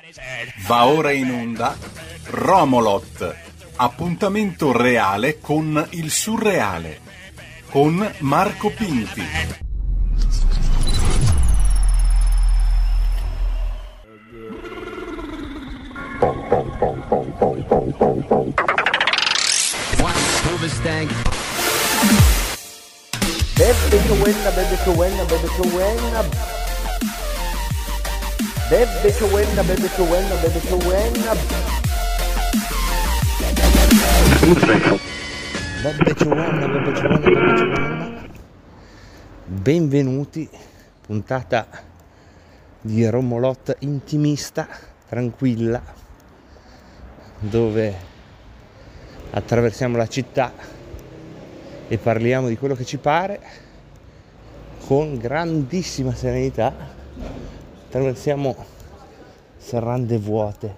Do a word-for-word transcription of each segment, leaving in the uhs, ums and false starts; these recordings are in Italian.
Va ora in onda Romolot, appuntamento reale con il surreale, con Marco Pinti. Bebe che buena, bebe che buena, bebe che buena. Bebe che buena, bebe che buena, bebe che buena. Bebe che buena, bebe che buena, bebe che buena. Benvenuti, puntata di Romolot intimista, tranquilla, dove attraversiamo la città e parliamo di quello che ci pare con grandissima serenità. Attraversiamo serrande vuote,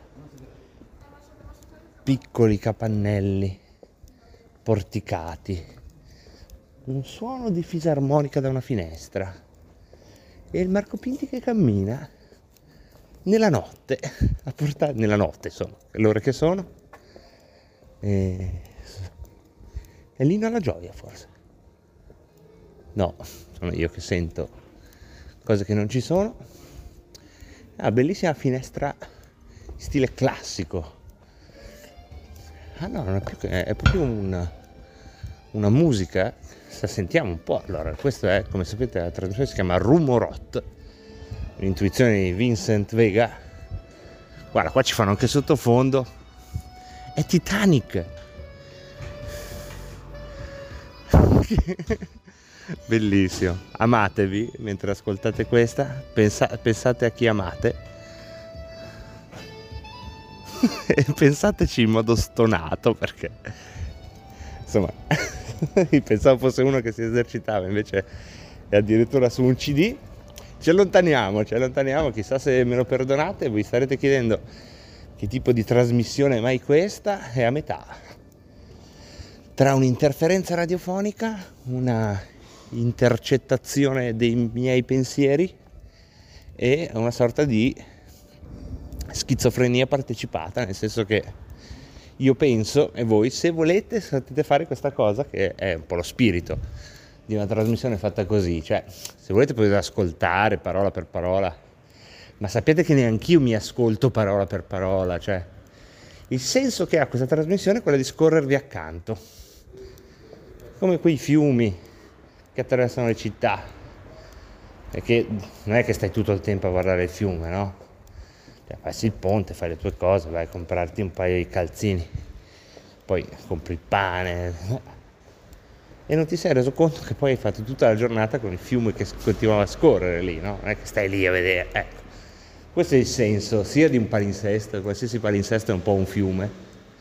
piccoli capannelli porticati, un suono di fisarmonica da una finestra e il Marco Pinti che cammina nella notte a portare, nella notte insomma, le ore che sono, e è l'inno alla gioia forse. No, sono io che sento cose che non ci sono. Ah, bellissima finestra stile classico. Ah no, non è più che, è proprio una, una musica. Se sentiamo un po'. Allora, questo è, come sapete, la traduzione si chiama Rumorot, l'intuizione di Vincent Vega. Guarda, qua ci fanno anche sottofondo. È Titanic. Bellissimo, amatevi mentre ascoltate questa, pensa, pensate a chi amate e pensateci in modo stonato, perché insomma pensavo fosse uno che si esercitava, invece è addirittura su un C D. Ci allontaniamo, ci allontaniamo, chissà se me lo perdonate, vi starete chiedendo che tipo di trasmissione è mai questa, è a metà tra un'interferenza radiofonica, una intercettazione dei miei pensieri e una sorta di schizofrenia partecipata, nel senso che io penso e voi, se volete, potete fare questa cosa, che è un po' lo spirito di una trasmissione fatta così, cioè se volete potete ascoltare parola per parola, ma sappiate che neanch'io mi ascolto parola per parola, cioè il senso che ha questa trasmissione è quello di scorrervi accanto, come quei fiumi che attraversano le città, e che non è che stai tutto il tempo a guardare il fiume, no? Cioè, passi il ponte, fai le tue cose, vai a comprarti un paio di calzini, poi compri il pane e non ti sei reso conto che poi hai fatto tutta la giornata con il fiume che continuava a scorrere lì, no? Non è che stai lì a vedere, ecco. Questo è il senso sia di un palinsesto, qualsiasi palinsesto è un po' un fiume.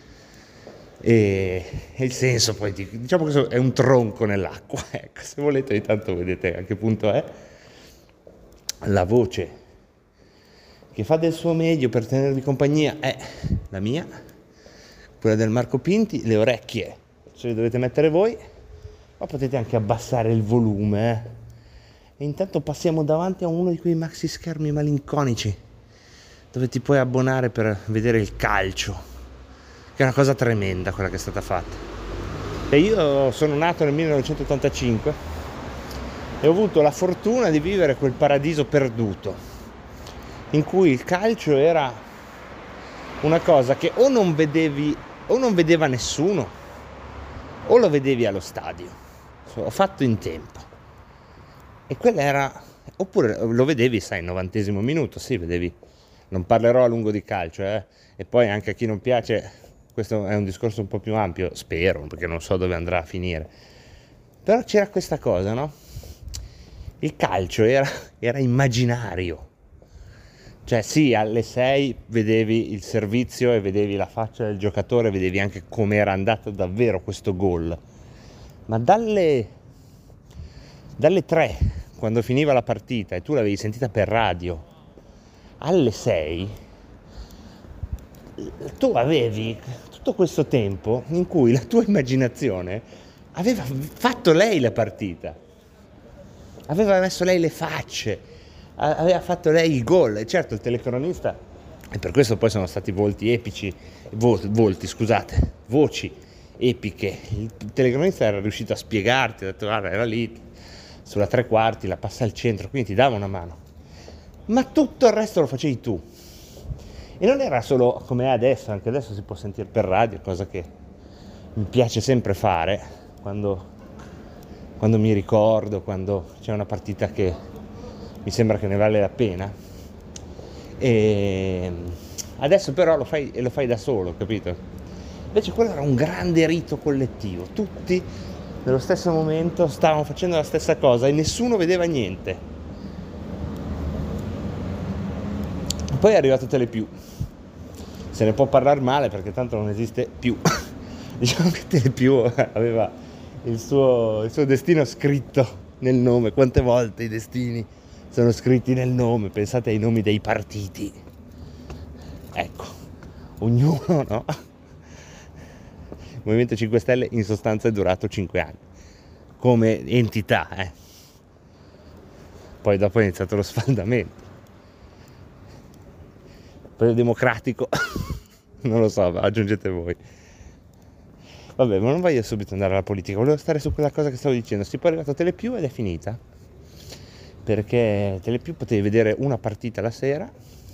E il senso poi, diciamo che è un tronco nell'acqua, ecco, se volete ogni tanto vedete a che punto è. La voce che fa del suo meglio per tenervi compagnia è la mia, quella del Marco Pinti. Le orecchie ce le dovete mettere voi, ma potete anche abbassare il volume, eh. E intanto passiamo davanti a uno di quei maxi schermi malinconici dove ti puoi abbonare per vedere il calcio, che è una cosa tremenda quella che è stata fatta. E io sono nato nel millenovecentottantacinque e ho avuto la fortuna di vivere quel paradiso perduto in cui il calcio era una cosa che o non vedevi o non vedeva nessuno o lo vedevi allo stadio. Ho fatto in tempo. E quella era, oppure lo vedevi, sai, il novantesimo minuto, sì, vedevi. Non parlerò a lungo di calcio, eh. E poi anche a chi non piace, questo è un discorso un po' più ampio, spero, perché non so dove andrà a finire. Però c'era questa cosa, no? Il calcio era, era immaginario. Cioè sì, alle sei vedevi il servizio e vedevi la faccia del giocatore, vedevi anche come era andato davvero questo gol. Ma dalle, dalle tre, quando finiva la partita e tu l'avevi sentita per radio, alle sei, tu avevi tutto questo tempo in cui la tua immaginazione aveva fatto lei la partita, aveva messo lei le facce, aveva fatto lei il gol. E certo il telecronista E per questo poi sono stati volti epici, vol- volti, scusate, voci epiche. Il telecronista era riuscito a spiegarti, ha detto guarda, era lì sulla tre quarti, la passa al centro, quindi ti dava una mano. Ma tutto il resto lo facevi tu. E non era solo come è adesso, anche adesso si può sentire per radio, cosa che mi piace sempre fare quando, quando mi ricordo, quando c'è una partita che mi sembra che ne vale la pena. E adesso però lo fai e lo fai da solo, capito? Invece quello era un grande rito collettivo, tutti nello stesso momento stavano facendo la stessa cosa e nessuno vedeva niente. Poi è arrivato Telepiù, se ne può parlare male perché tanto non esiste più. Diciamo che Telepiù aveva il suo, il suo destino scritto nel nome. Quante volte i destini sono scritti nel nome? Pensate ai nomi dei partiti, ecco, ognuno, no? Il Movimento cinque Stelle in sostanza è durato cinque anni come entità, eh. Poi dopo è iniziato lo sfaldamento. Per il Democratico non lo so, aggiungete voi. Vabbè, ma non voglio subito andare alla politica, volevo stare su quella cosa che stavo dicendo. Si poi è arrivato Telepiù ed è finita, perché Telepiù potevi vedere una partita la sera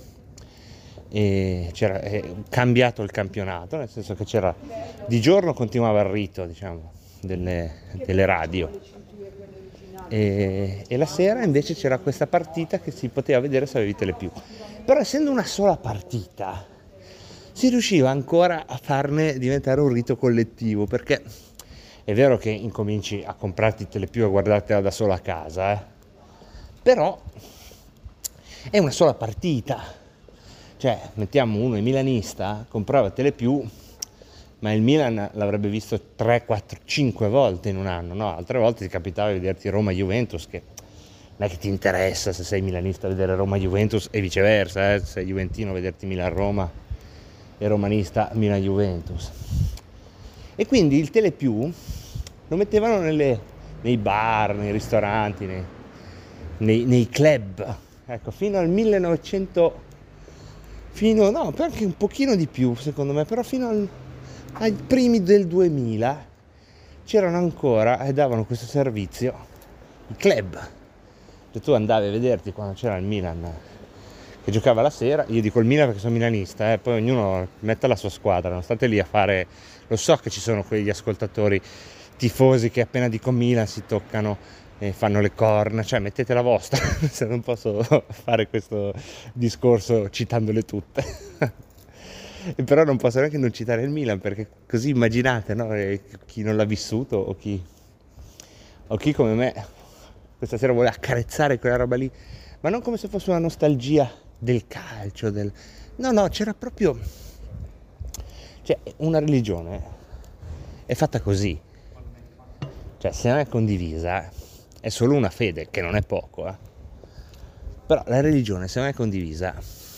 e c'era è cambiato il campionato, nel senso che c'era di giorno continuava il rito, diciamo, delle, delle radio e, e la sera invece c'era questa partita che si poteva vedere se avevi Telepiù. Però essendo una sola partita si riusciva ancora a farne diventare un rito collettivo, perché è vero che incominci a comprarti Telepiù e a guardartela da sola a casa, eh? Però è una sola partita, cioè mettiamo uno è milanista, comprava Telepiù, ma il Milan l'avrebbe visto tre, quattro, cinque volte in un anno, no? Altre volte ti capitava di vederti Roma-Juventus, che non è che ti interessa se sei milanista vedere Roma-Juventus e viceversa, eh? Se sei juventino vederti Milan-Roma e romanista Milan-Juventus. E quindi il Telepiù lo mettevano nelle, nei bar, nei ristoranti, nei, nei, nei club, ecco, fino al millenovecento, fino, no, anche un pochino di più secondo me, però fino al, ai primi del duemila c'erano ancora e davano questo servizio, i club. Cioè tu andavi a vederti quando c'era il Milan che giocava la sera, io dico il Milan perché sono milanista, eh, poi ognuno mette la sua squadra, non state lì a fare, lo so che ci sono quegli ascoltatori tifosi che appena dico Milan si toccano e fanno le corna, cioè mettete la vostra, se non posso fare questo discorso citandole tutte. E però non posso neanche non citare il Milan, perché così immaginate, no? Chi non l'ha vissuto o chi, o chi come me questa sera vuole accarezzare quella roba lì, ma non come se fosse una nostalgia del calcio, del... no no, c'era proprio, cioè una religione è fatta così, cioè se non è condivisa è solo una fede, che non è poco, eh. Però la religione se non è condivisa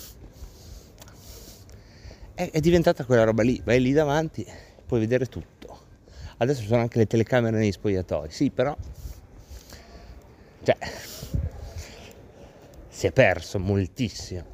è, è diventata quella roba lì, vai lì davanti, puoi vedere tutto. Adesso ci sono anche le telecamere negli spogliatoi, sì, però cioè si è perso moltissimo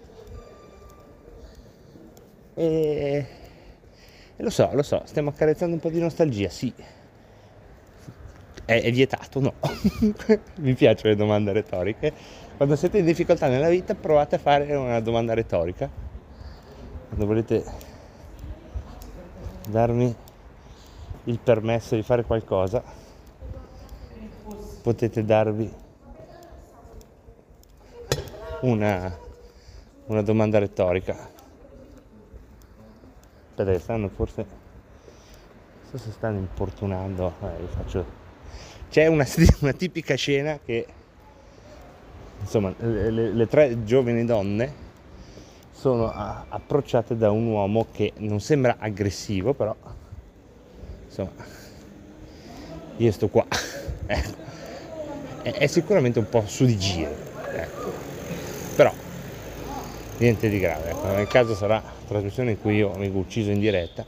e, e lo so, lo so, stiamo accarezzando un po' di nostalgia, sì. È, è vietato? No. Mi piacciono le domande retoriche. Quando siete in difficoltà nella vita provate a fare una domanda retorica. Quando volete darmi il permesso di fare qualcosa, potete darvi una, una domanda retorica. Aspetta che stanno forse, non so se stanno importunando, eh, io faccio... C'è una, una tipica scena che, insomma, le, le, le tre giovani donne sono a, approcciate da un uomo che non sembra aggressivo, però, insomma, io sto qua, ecco, è, è sicuramente un po' su di giro, ecco. Però, niente di grave, ecco. Nel caso sarà trasmissione in cui io mi ho ucciso in diretta.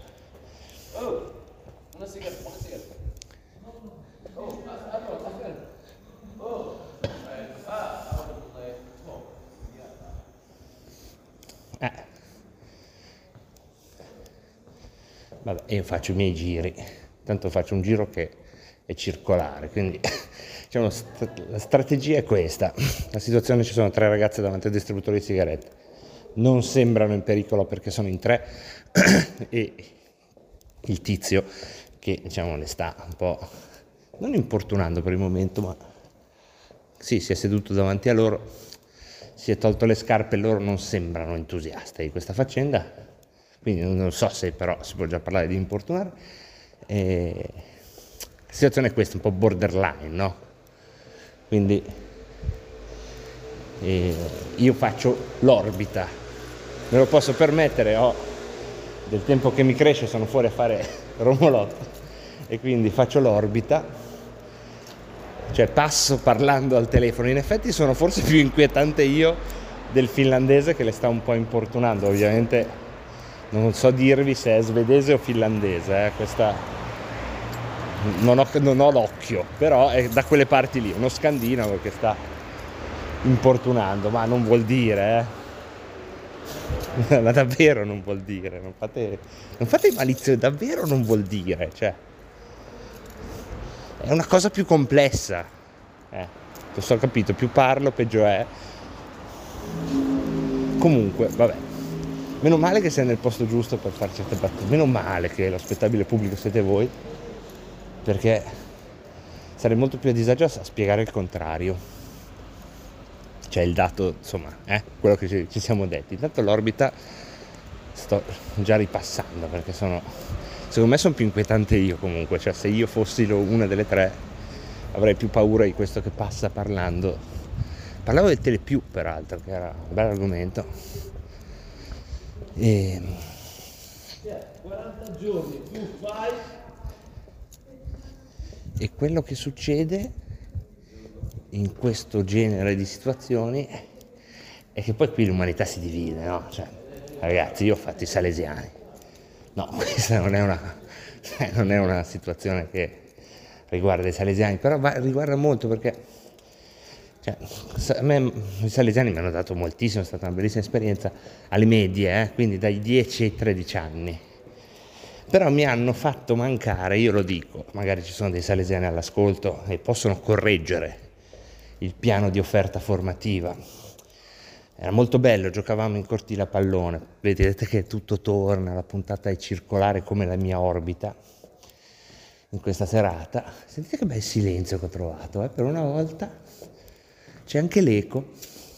Eh. Vabbè, io faccio i miei giri, tanto faccio un giro che è circolare, quindi diciamo, la strategia è questa. La situazione: ci sono tre ragazze davanti al distributore di sigarette, non sembrano in pericolo perché sono in tre e il tizio, che diciamo le sta un po' non importunando per il momento, ma sì, si è seduto davanti a loro, si è tolto le scarpe e loro non sembrano entusiasti di questa faccenda, quindi non so se però si può già parlare di importunare. E la situazione è questa, un po' borderline, no? Quindi eh, io faccio l'orbita, me lo posso permettere, ho del tempo che mi cresce, sono fuori a fare romolotto e quindi faccio l'orbita, cioè passo parlando al telefono. In effetti sono forse più inquietante io del finlandese che le sta un po' importunando. Ovviamente non so dirvi se è svedese o finlandese, eh? Questa non ho, non ho l'occhio, però è da quelle parti lì, uno scandinavo che sta importunando, ma non vuol dire, eh? Ma davvero non vuol dire, non fate, non fate malizia, davvero non vuol dire, cioè è una cosa più complessa, eh, lo so, capito, più parlo peggio è. Comunque, vabbè, meno male che sei nel posto giusto per fare certe battute, meno male che lo spettabile pubblico siete voi, perché sarei molto più a disagio a spiegare il contrario, cioè il dato, insomma, eh, quello che ci, ci siamo detti. Intanto l'orbita sto già ripassando, perché sono, secondo me sono più inquietante io comunque, cioè se io fossi una delle tre avrei più paura di questo che passa parlando. Parlavo del Telepiù, peraltro, che era un bel argomento. E quaranta giorni più fai. E quello che succede in questo genere di situazioni è che poi qui l'umanità si divide, no? Cioè, ragazzi, io ho fatto i salesiani. No, questa non è una, non è una situazione che riguarda i salesiani, però va, riguarda molto, perché cioè, a me i salesiani mi hanno dato moltissimo, è stata una bellissima esperienza alle medie, eh? Quindi dai dieci ai tredici anni. Però mi hanno fatto mancare, io lo dico, magari ci sono dei salesiani all'ascolto e possono correggere il piano di offerta formativa. Era molto bello, giocavamo in cortile a pallone, vedete che tutto torna, la puntata è circolare come la mia orbita in questa serata. Sentite che bel silenzio che ho trovato, eh? Per una volta c'è anche l'eco.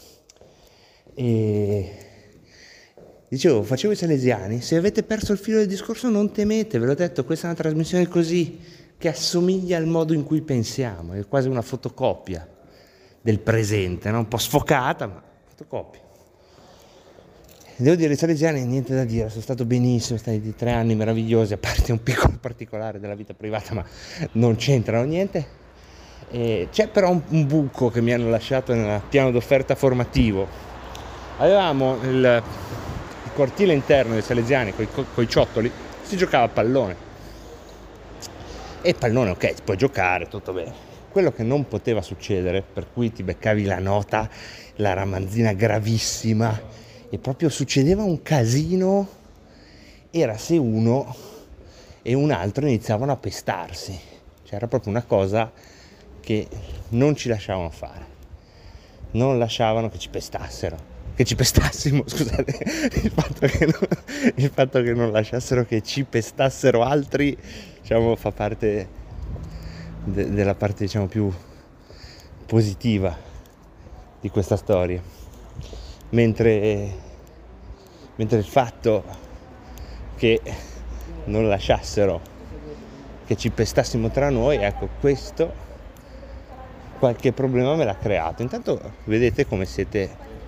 E dicevo, facevo i salesiani, se avete perso il filo del discorso non temete, ve l'ho detto, questa è una trasmissione così, che assomiglia al modo in cui pensiamo, è quasi una fotocopia del presente, no? Un po' sfocata, ma fotocopia. Devo dire, i salesiani niente da dire, sono stato benissimo, sono stati tre anni meravigliosi, a parte un piccolo particolare della vita privata, ma non c'entrano niente. E c'è però un, un buco che mi hanno lasciato nel piano d'offerta formativo. Avevamo il, il cortile interno dei salesiani con i ciottoli, si giocava a pallone. E pallone, ok, si può giocare, tutto bene. Quello che non poteva succedere, per cui ti beccavi la nota, la ramanzina gravissima, e proprio succedeva un casino, era se uno e un altro iniziavano a pestarsi. Cioè era proprio una cosa che non ci lasciavano fare, non lasciavano che ci pestassero, che ci pestassimo, scusate, il fatto che non, il fatto che non lasciassero che ci pestassero altri, diciamo, fa parte de, della parte, diciamo, più positiva di questa storia, mentre mentre il fatto che non lasciassero che ci pestassimo tra noi, ecco, questo qualche problema me l'ha creato. Intanto vedete come siete,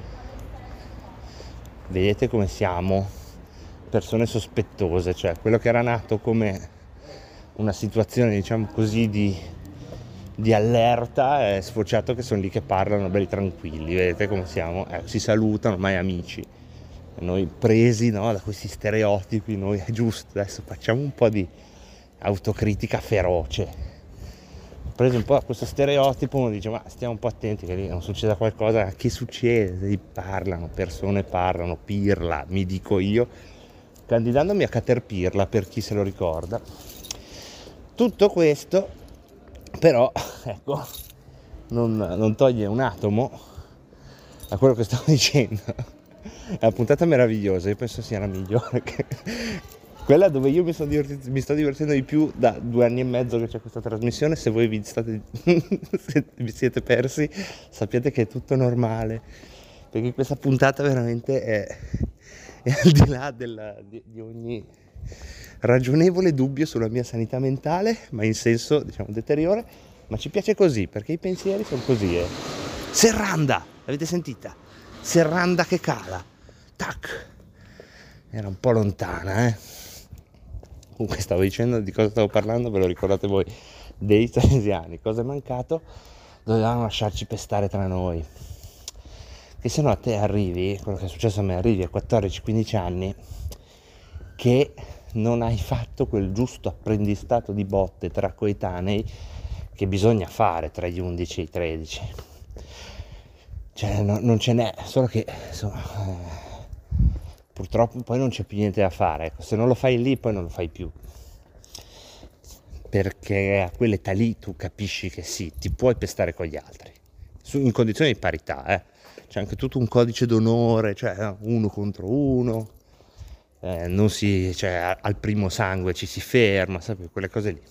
vedete come siamo persone sospettose, cioè quello che era nato come una situazione, diciamo così, di, di allerta è sfociato che sono lì che parlano belli tranquilli. Vedete come siamo, eh, si salutano, mai amici, e noi presi, no, da questi stereotipi. Noi è giusto, adesso facciamo un po' di autocritica feroce, preso un po' a questo stereotipo, uno dice ma stiamo un po' attenti che lì non succeda qualcosa. Che succede? Parlano, persone parlano, pirla, mi dico io, candidandomi a Caterpirla per chi se lo ricorda. Tutto questo però, ecco, non, non toglie un atomo a quello che stavo dicendo. È una puntata meravigliosa, io penso sia la migliore, che... quella dove io mi, sono divertito, mi sto divertendo di più da due anni e mezzo che c'è questa trasmissione. Se voi vi, state, se vi siete persi, sappiate che è tutto normale, perché questa puntata veramente è, è al di là della, di, di ogni ragionevole dubbio sulla mia sanità mentale, ma in senso, diciamo, deteriore. Ma ci piace così, perché i pensieri sono così. Eh. Serranda, l'avete sentita? Serranda che cala, tac, era un po' lontana, eh. Comunque stavo dicendo di cosa stavo parlando, ve lo ricordate voi, dei salesiani. Cosa è mancato? Dovevamo lasciarci pestare tra noi, che se no a te arrivi, quello che è successo a me, arrivi a quattordici quindici anni che non hai fatto quel giusto apprendistato di botte tra coetanei che bisogna fare tra gli undici e i tredici. Cioè no, non ce n'è, solo che insomma, eh, purtroppo poi non c'è più niente da fare. Ecco, se non lo fai lì poi non lo fai più, perché a quell'età lì tu capisci che sì, ti puoi pestare con gli altri su, in condizioni di parità, eh. C'è anche tutto un codice d'onore, cioè uno contro uno, eh, non si, cioè, al primo sangue ci si ferma, sapete, quelle cose lì.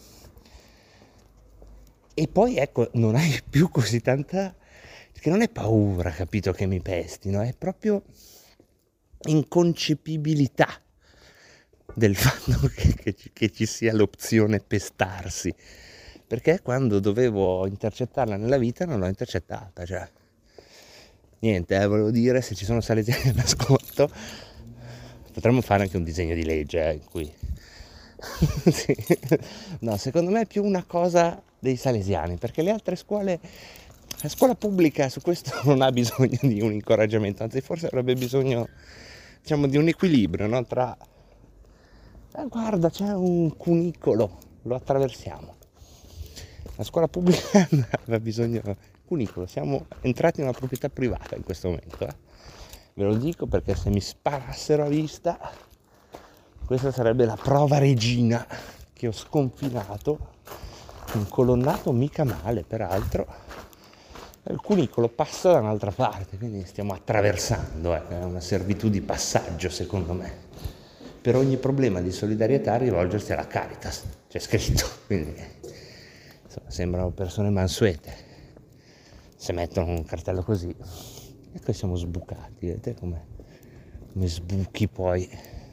E poi ecco, non hai più così tanta, perché non è paura, capito, che mi pestino, è proprio inconcepibilità del fatto che, che, che ci sia l'opzione pestarsi, perché quando dovevo intercettarla nella vita non l'ho intercettata. Cioè niente, eh, volevo dire, se ci sono salesiani all'ascolto potremmo fare anche un disegno di legge eh, in cui sì. No, secondo me è più una cosa dei salesiani, perché le altre scuole, la scuola pubblica su questo non ha bisogno di un incoraggiamento, anzi forse avrebbe bisogno, diciamo, di un equilibrio, no? Tra eh, guarda, c'è un cunicolo, lo attraversiamo. La scuola pubblica aveva bisogno di cunicolo, siamo entrati in una proprietà privata in questo momento, eh. Ve lo dico perché se mi sparassero a vista, questa sarebbe la prova regina che ho sconfinato, un colonnato mica male peraltro. Il cunicolo passa da un'altra parte, quindi stiamo attraversando, eh. È una servitù di passaggio secondo me. Per ogni problema di solidarietà rivolgersi alla Caritas, c'è scritto, quindi insomma, sembrano persone mansuete se mettono un cartello così. E poi siamo sbucati, vedete come, come sbuchi poi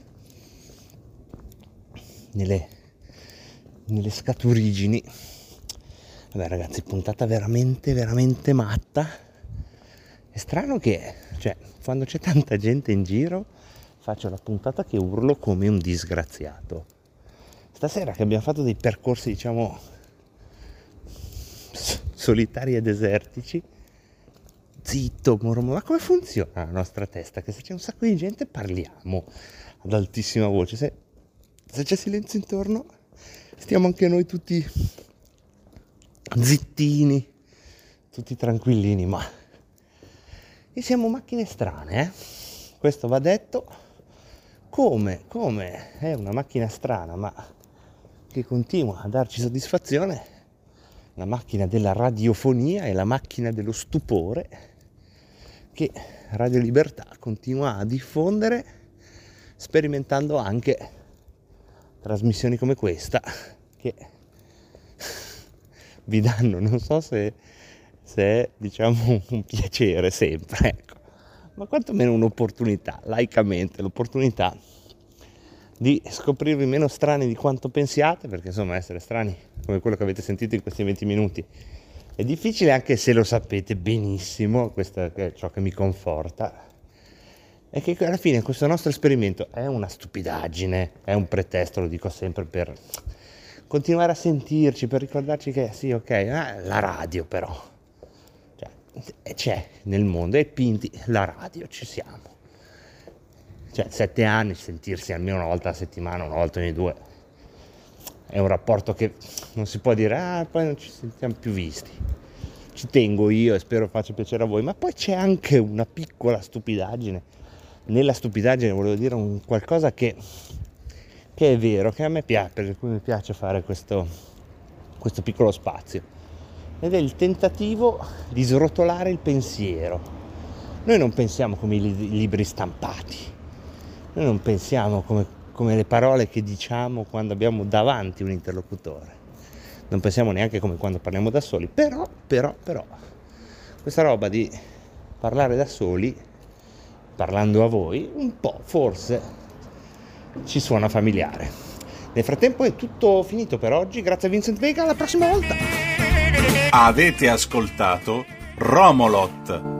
nelle, nelle scaturigini. Vabbè ragazzi, puntata veramente veramente matta. È strano che, cioè, quando c'è tanta gente in giro faccio la puntata che urlo come un disgraziato. Stasera che abbiamo fatto dei percorsi, diciamo, solitari e desertici, zitto, mormo, ma come funziona la nostra testa? Che se c'è un sacco di gente parliamo ad altissima voce, se, se c'è silenzio intorno stiamo anche noi tutti zittini, tutti tranquillini, ma e siamo macchine strane, eh? Questo va detto. Come, come è una macchina strana, ma che continua a darci soddisfazione, la macchina della radiofonia e la macchina dello stupore che Radio Libertà continua a diffondere, sperimentando anche trasmissioni come questa che vi danno, non so se, se è, diciamo, un piacere sempre, ecco, ma quantomeno un'opportunità, laicamente, l'opportunità di scoprirvi meno strani di quanto pensiate, perché insomma essere strani come quello che avete sentito in questi venti minuti è difficile, anche se lo sapete benissimo. Questo è ciò che mi conforta, è che alla fine questo nostro esperimento è una stupidaggine, è un pretesto, lo dico sempre, per continuare a sentirci, per ricordarci che sì, ok, eh, la radio però, cioè, c'è nel mondo, è Pinti, la radio, ci siamo. Cioè, sette anni, sentirsi almeno una volta a settimana, una volta ogni due, è un rapporto che non si può dire ah poi non ci sentiamo più visti. Ci tengo io e spero faccia piacere a voi, ma poi c'è anche una piccola stupidaggine. Nella stupidaggine volevo dire un qualcosa che, che è vero, che a me piace, per cui mi piace fare questo, questo piccolo spazio, ed è il tentativo di srotolare il pensiero. Noi non pensiamo come i libri stampati, noi non pensiamo come, come le parole che diciamo quando abbiamo davanti un interlocutore, non pensiamo neanche come quando parliamo da soli, però, però, però, questa roba di parlare da soli, parlando a voi, un po' forse ci suona familiare. Nel frattempo è tutto finito per oggi, grazie a Vincent Vega, alla prossima volta! Avete ascoltato Romolot.